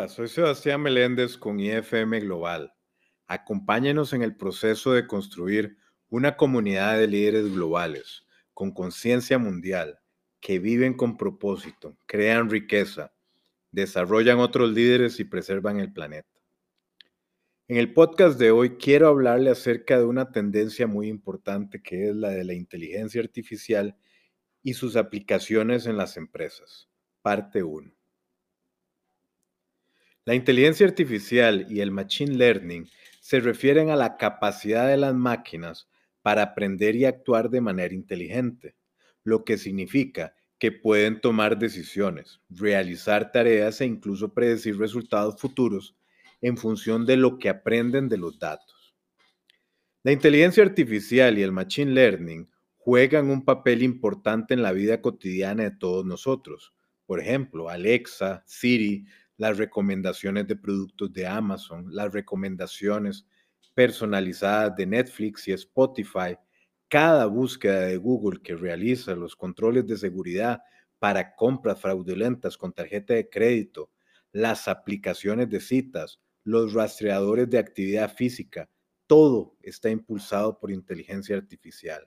Hola, soy Sebastián Meléndez con IFM Global. Acompáñenos en el proceso de construir una comunidad de líderes globales con conciencia mundial que viven con propósito, crean riqueza, desarrollan otros líderes y preservan el planeta. En el podcast de hoy quiero hablarle acerca de una tendencia muy importante que es la de la inteligencia artificial y sus aplicaciones en las empresas. Parte 1. La inteligencia artificial y el machine learning se refieren a la capacidad de las máquinas para aprender y actuar de manera inteligente, lo que significa que pueden tomar decisiones, realizar tareas e incluso predecir resultados futuros en función de lo que aprenden de los datos. La inteligencia artificial y el machine learning juegan un papel importante en la vida cotidiana de todos nosotros. Por ejemplo, Alexa, Siri, las recomendaciones de productos de Amazon, las recomendaciones personalizadas de Netflix y Spotify, cada búsqueda de Google que realiza los controles de seguridad para compras fraudulentas con tarjeta de crédito, las aplicaciones de citas, los rastreadores de actividad física, todo está impulsado por inteligencia artificial.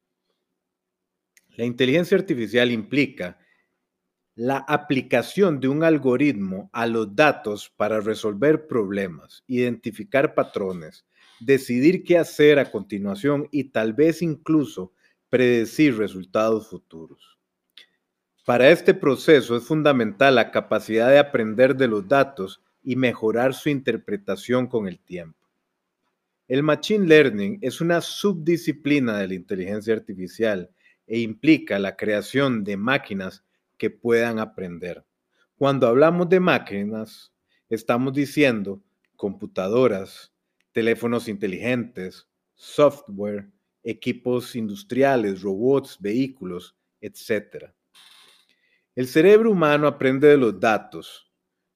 La inteligencia artificial implica la aplicación de un algoritmo a los datos para resolver problemas, identificar patrones, decidir qué hacer a continuación y tal vez incluso predecir resultados futuros. Para este proceso es fundamental la capacidad de aprender de los datos y mejorar su interpretación con el tiempo. El Machine Learning es una subdisciplina de la inteligencia artificial e implica la creación de máquinas que puedan aprender. Cuando hablamos de máquinas, estamos diciendo computadoras, teléfonos inteligentes, software, equipos industriales, robots, vehículos, etc. El cerebro humano aprende de los datos,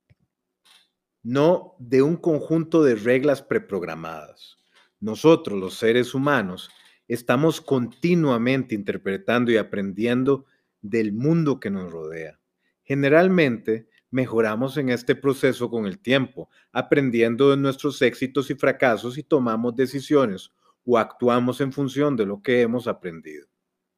no de un conjunto de reglas preprogramadas. Nosotros, los seres humanos, estamos continuamente interpretando y aprendiendo del mundo que nos rodea. Generalmente, mejoramos en este proceso con el tiempo, aprendiendo de nuestros éxitos y fracasos y tomamos decisiones o actuamos en función de lo que hemos aprendido.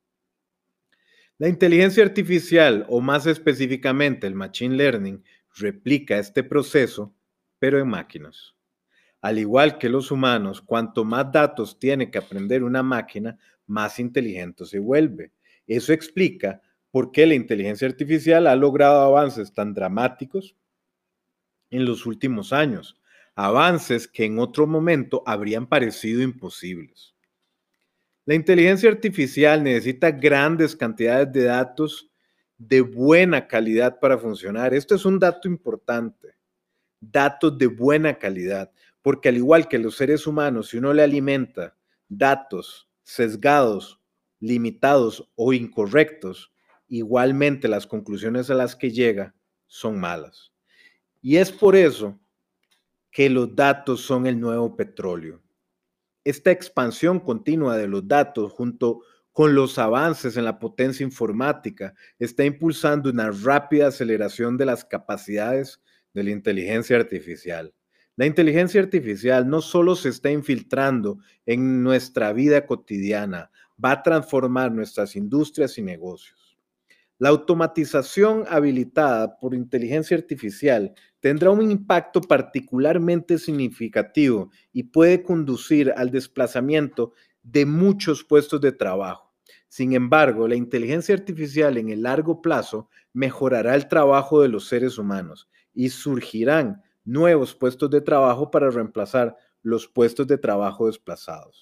La inteligencia artificial, o más específicamente el machine learning, replica este proceso, pero en máquinas. Al igual que los humanos, cuanto más datos tiene que aprender una máquina, más inteligente se vuelve. Eso explica por qué la inteligencia artificial ha logrado avances tan dramáticos en los últimos años, avances que en otro momento habrían parecido imposibles. La inteligencia artificial necesita grandes cantidades de datos de buena calidad para funcionar. Esto es un dato importante, datos de buena calidad, porque al igual que los seres humanos, si uno le alimenta datos sesgados, limitados o incorrectos, igualmente las conclusiones a las que llega son malas. Y es por eso que los datos son el nuevo petróleo. Esta expansión continua de los datos junto con los avances en la potencia informática está impulsando una rápida aceleración de las capacidades de la inteligencia artificial. La inteligencia artificial no solo se está infiltrando en nuestra vida cotidiana, va a transformar nuestras industrias y negocios. La automatización habilitada por inteligencia artificial tendrá un impacto particularmente significativo y puede conducir al desplazamiento de muchos puestos de trabajo. Sin embargo, la inteligencia artificial en el largo plazo mejorará el trabajo de los seres humanos y surgirán nuevos puestos de trabajo para reemplazar los puestos de trabajo desplazados.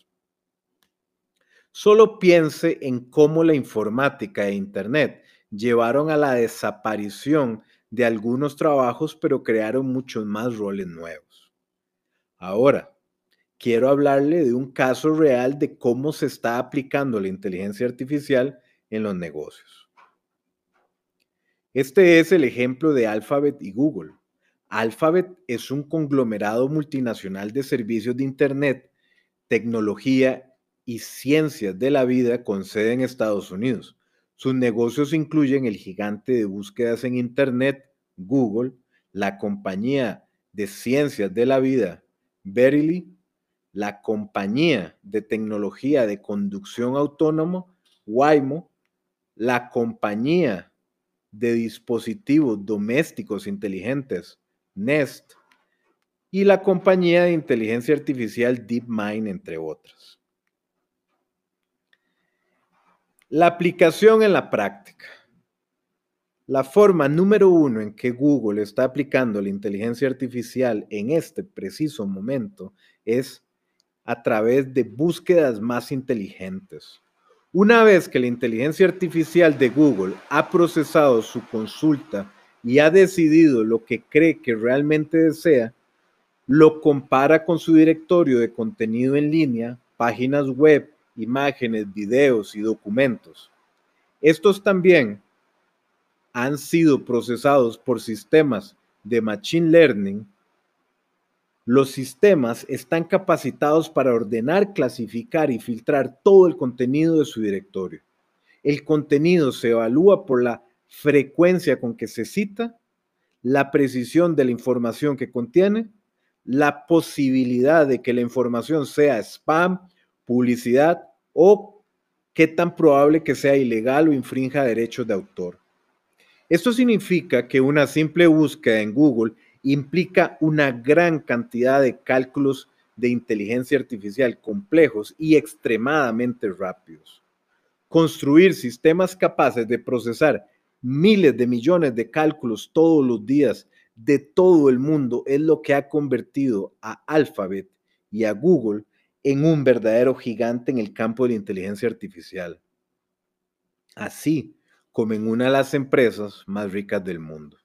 Solo piense en cómo la informática e Internet llevaron a la desaparición de algunos trabajos, pero crearon muchos más roles nuevos. Ahora, quiero hablarle de un caso real de cómo se está aplicando la inteligencia artificial en los negocios. Este es el ejemplo de Alphabet y Google. Alphabet es un conglomerado multinacional de servicios de Internet, tecnología y ciencias de la vida con sede en Estados Unidos. Sus negocios incluyen el gigante de búsquedas en Internet, Google, la compañía de ciencias de la vida, Verily, la compañía de tecnología de conducción autónomo, Waymo, la compañía de dispositivos domésticos inteligentes, Nest, y la compañía de inteligencia artificial DeepMind, entre otras. La aplicación en la práctica. La forma número 1 en que Google está aplicando la inteligencia artificial en este preciso momento es a través de búsquedas más inteligentes. Una vez que la inteligencia artificial de Google ha procesado su consulta y ha decidido lo que cree que realmente desea, lo compara con su directorio de contenido en línea, páginas web, imágenes, videos y documentos. Estos también han sido procesados por sistemas de Machine Learning. Los sistemas están capacitados para ordenar, clasificar y filtrar todo el contenido de su directorio. El contenido se evalúa por la frecuencia con que se cita, la precisión de la información que contiene, la posibilidad de que la información sea spam, publicidad o qué tan probable que sea ilegal o infrinja derechos de autor. Esto significa que una simple búsqueda en Google implica una gran cantidad de cálculos de inteligencia artificial complejos y extremadamente rápidos. Construir sistemas capaces de procesar miles de millones de cálculos todos los días de todo el mundo es lo que ha convertido a Alphabet y a Google en un verdadero gigante en el campo de la inteligencia artificial, así como en una de las empresas más ricas del mundo.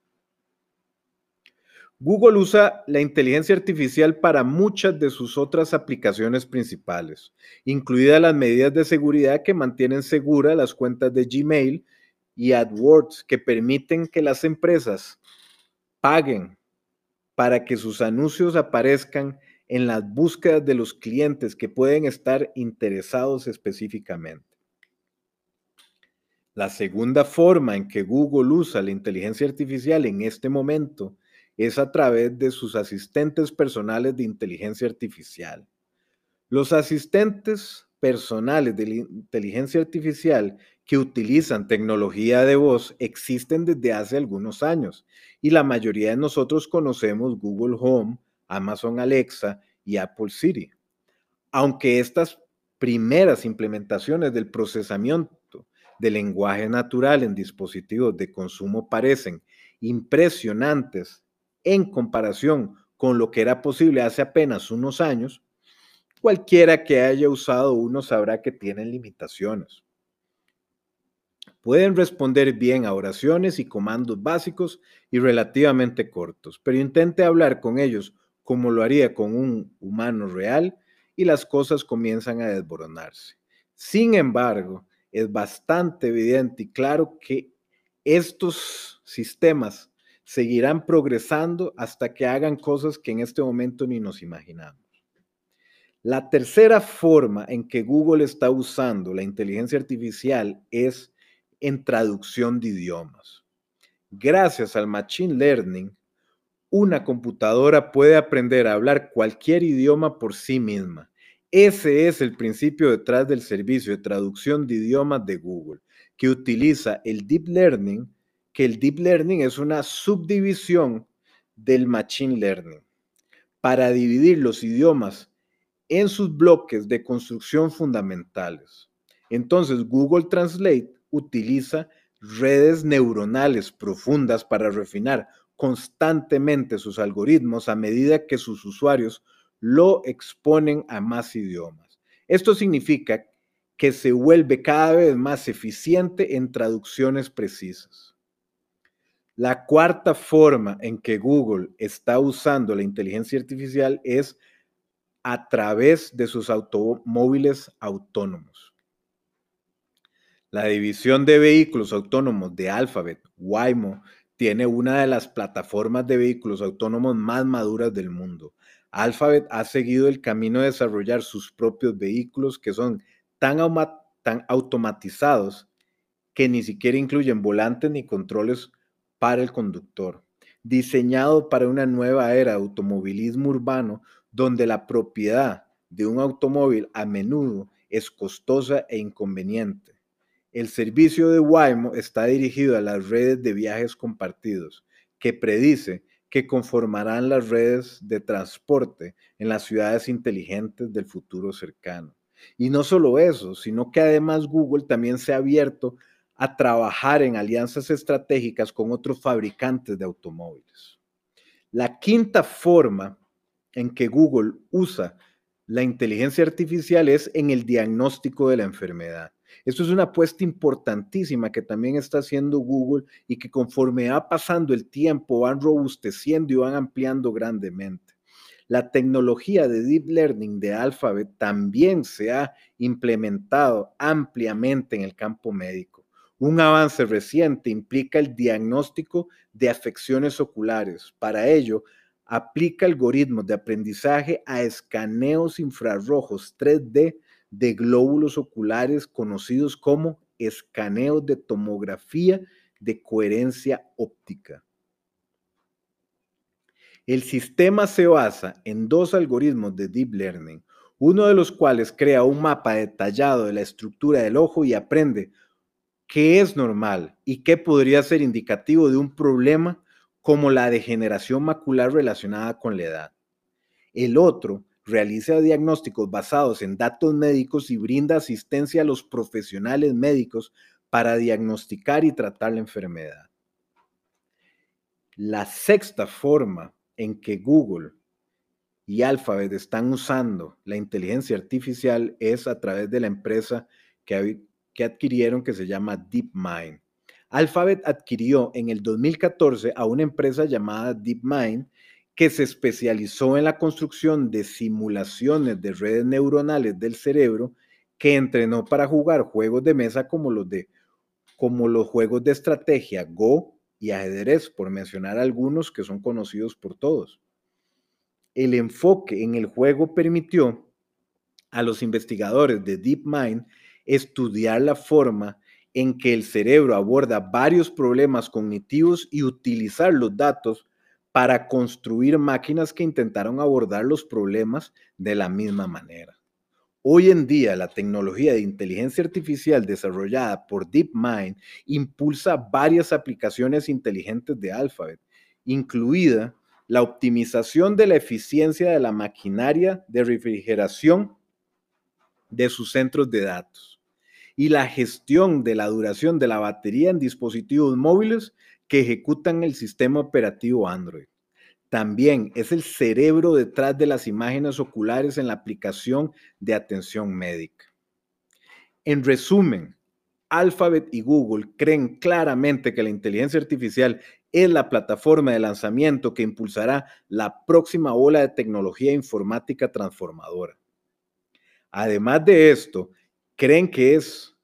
Google usa la inteligencia artificial para muchas de sus otras aplicaciones principales, incluidas las medidas de seguridad que mantienen seguras las cuentas de Gmail y AdWords, que permiten que las empresas paguen para que sus anuncios aparezcan en las búsquedas de los clientes que pueden estar interesados específicamente. La segunda forma en que Google usa la inteligencia artificial en este momento es a través de sus asistentes personales de inteligencia artificial. Los asistentes personales de la inteligencia artificial que utilizan tecnología de voz existen desde hace algunos años y la mayoría de nosotros conocemos Google Home, Amazon Alexa y Apple Siri. Aunque estas primeras implementaciones del procesamiento de lenguaje natural en dispositivos de consumo parecen impresionantes en comparación con lo que era posible hace apenas unos años, cualquiera que haya usado uno sabrá que tienen limitaciones. Pueden responder bien a oraciones y comandos básicos y relativamente cortos, pero intente hablar con ellos como lo haría con un humano real y las cosas comienzan a desboronarse. Sin embargo, es bastante evidente y claro que estos sistemas seguirán progresando hasta que hagan cosas que en este momento ni nos imaginamos. La tercera forma en que Google está usando la inteligencia artificial es en traducción de idiomas. Gracias al Machine Learning, una computadora puede aprender a hablar cualquier idioma por sí misma. Ese es el principio detrás del servicio de traducción de idiomas de Google, que utiliza el Deep Learning, que el Deep Learning es una subdivisión del Machine Learning, para dividir los idiomas en sus bloques de construcción fundamentales. Entonces, Google Translate utiliza redes neuronales profundas para refinar constantemente sus algoritmos a medida que sus usuarios lo exponen a más idiomas. Esto significa que se vuelve cada vez más eficiente en traducciones precisas. La cuarta forma en que Google está usando la inteligencia artificial es a través de sus automóviles autónomos. La división de vehículos autónomos de Alphabet, Waymo, tiene una de las plataformas de vehículos autónomos más maduras del mundo. Alphabet ha seguido el camino de desarrollar sus propios vehículos que son tan automatizados que ni siquiera incluyen volantes ni controles para el conductor. diseñado para una nueva era de automovilismo urbano donde la propiedad de un automóvil a menudo es costosa e inconveniente. El servicio de Waymo está dirigido a las redes de viajes compartidos, que predice que conformarán las redes de transporte en las ciudades inteligentes del futuro cercano. Y no solo eso, sino que además Google también se ha abierto a trabajar en alianzas estratégicas con otros fabricantes de automóviles. La quinta forma en que Google usa la inteligencia artificial es en el diagnóstico de la enfermedad. Esto es una apuesta importantísima que también está haciendo Google y que conforme va pasando el tiempo van robusteciendo y van ampliando grandemente. La tecnología de Deep Learning de Alphabet también se ha implementado ampliamente en el campo médico. Un avance reciente implica el diagnóstico de afecciones oculares. Para ello, aplica algoritmos de aprendizaje a escaneos infrarrojos 3D de glóbulos oculares conocidos como escaneos de tomografía de coherencia óptica. El sistema se basa en dos algoritmos de Deep Learning, uno de los cuales crea un mapa detallado de la estructura del ojo y aprende qué es normal y qué podría ser indicativo de un problema como la degeneración macular relacionada con la edad. El otro realiza diagnósticos basados en datos médicos y brinda asistencia a los profesionales médicos para diagnosticar y tratar la enfermedad. La sexta forma en que Google y Alphabet están usando la inteligencia artificial es a través de la empresa que adquirieron que se llama DeepMind. Alphabet adquirió en el 2014 a una empresa llamada DeepMind que se especializó en la construcción de simulaciones de redes neuronales del cerebro que entrenó para jugar juegos de mesa como los juegos de estrategia Go y ajedrez, por mencionar algunos que son conocidos por todos. El enfoque en el juego permitió a los investigadores de DeepMind estudiar la forma en que el cerebro aborda varios problemas cognitivos y utilizar los datos para construir máquinas que intentaron abordar los problemas de la misma manera. Hoy en día, la tecnología de inteligencia artificial desarrollada por DeepMind impulsa varias aplicaciones inteligentes de Alphabet, incluida la optimización de la eficiencia de la maquinaria de refrigeración de sus centros de datos y la gestión de la duración de la batería en dispositivos móviles que ejecutan el sistema operativo Android. También es el cerebro detrás de las imágenes oculares en la aplicación de atención médica. En resumen, Alphabet y Google creen claramente que la inteligencia artificial es la plataforma de lanzamiento que impulsará la próxima ola de tecnología informática transformadora. Además de esto, creen que es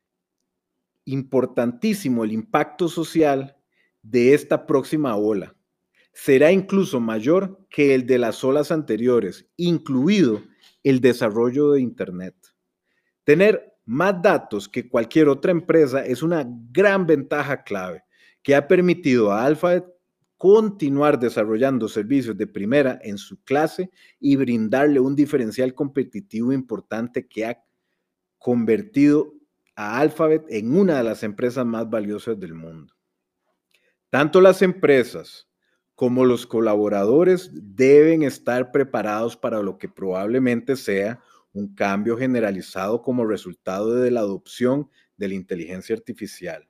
importantísimo el impacto social de esta próxima ola. Será incluso mayor que el de las olas anteriores, incluido el desarrollo de Internet. Tener más datos que cualquier otra empresa es una gran ventaja clave que ha permitido a Alphabet continuar desarrollando servicios de primera en su clase y brindarle un diferencial competitivo importante que ha convertido a Alphabet en una de las empresas más valiosas del mundo. Tanto las empresas como los colaboradores deben estar preparados para lo que probablemente sea un cambio generalizado como resultado de la adopción de la inteligencia artificial.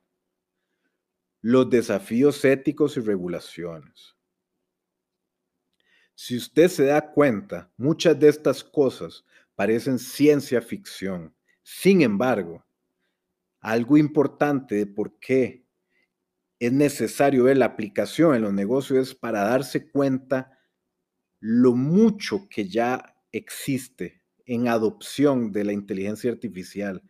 Los desafíos éticos y regulaciones. Si usted se da cuenta, muchas de estas cosas parecen ciencia ficción. Sin embargo, algo importante de por qué es necesario ver la aplicación en los negocios es para darse cuenta lo mucho que ya existe en adopción de la inteligencia artificial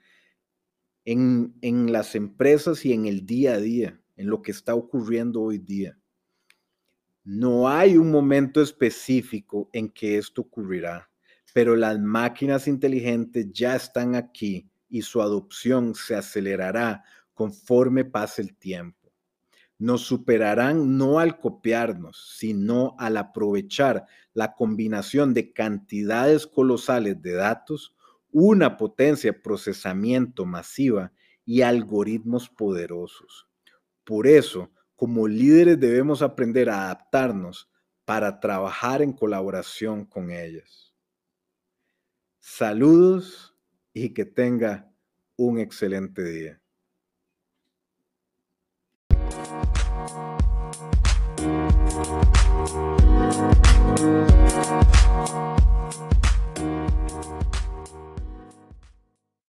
en las empresas y en el día a día, en lo que está ocurriendo hoy día. No hay un momento específico en que esto ocurrirá, pero las máquinas inteligentes ya están aquí y su adopción se acelerará conforme pase el tiempo. Nos superarán no al copiarnos, sino al aprovechar la combinación de cantidades colosales de datos, una potencia de procesamiento masiva y algoritmos poderosos. Por eso, como líderes debemos aprender a adaptarnos para trabajar en colaboración con ellas. Saludos y que tenga un excelente día.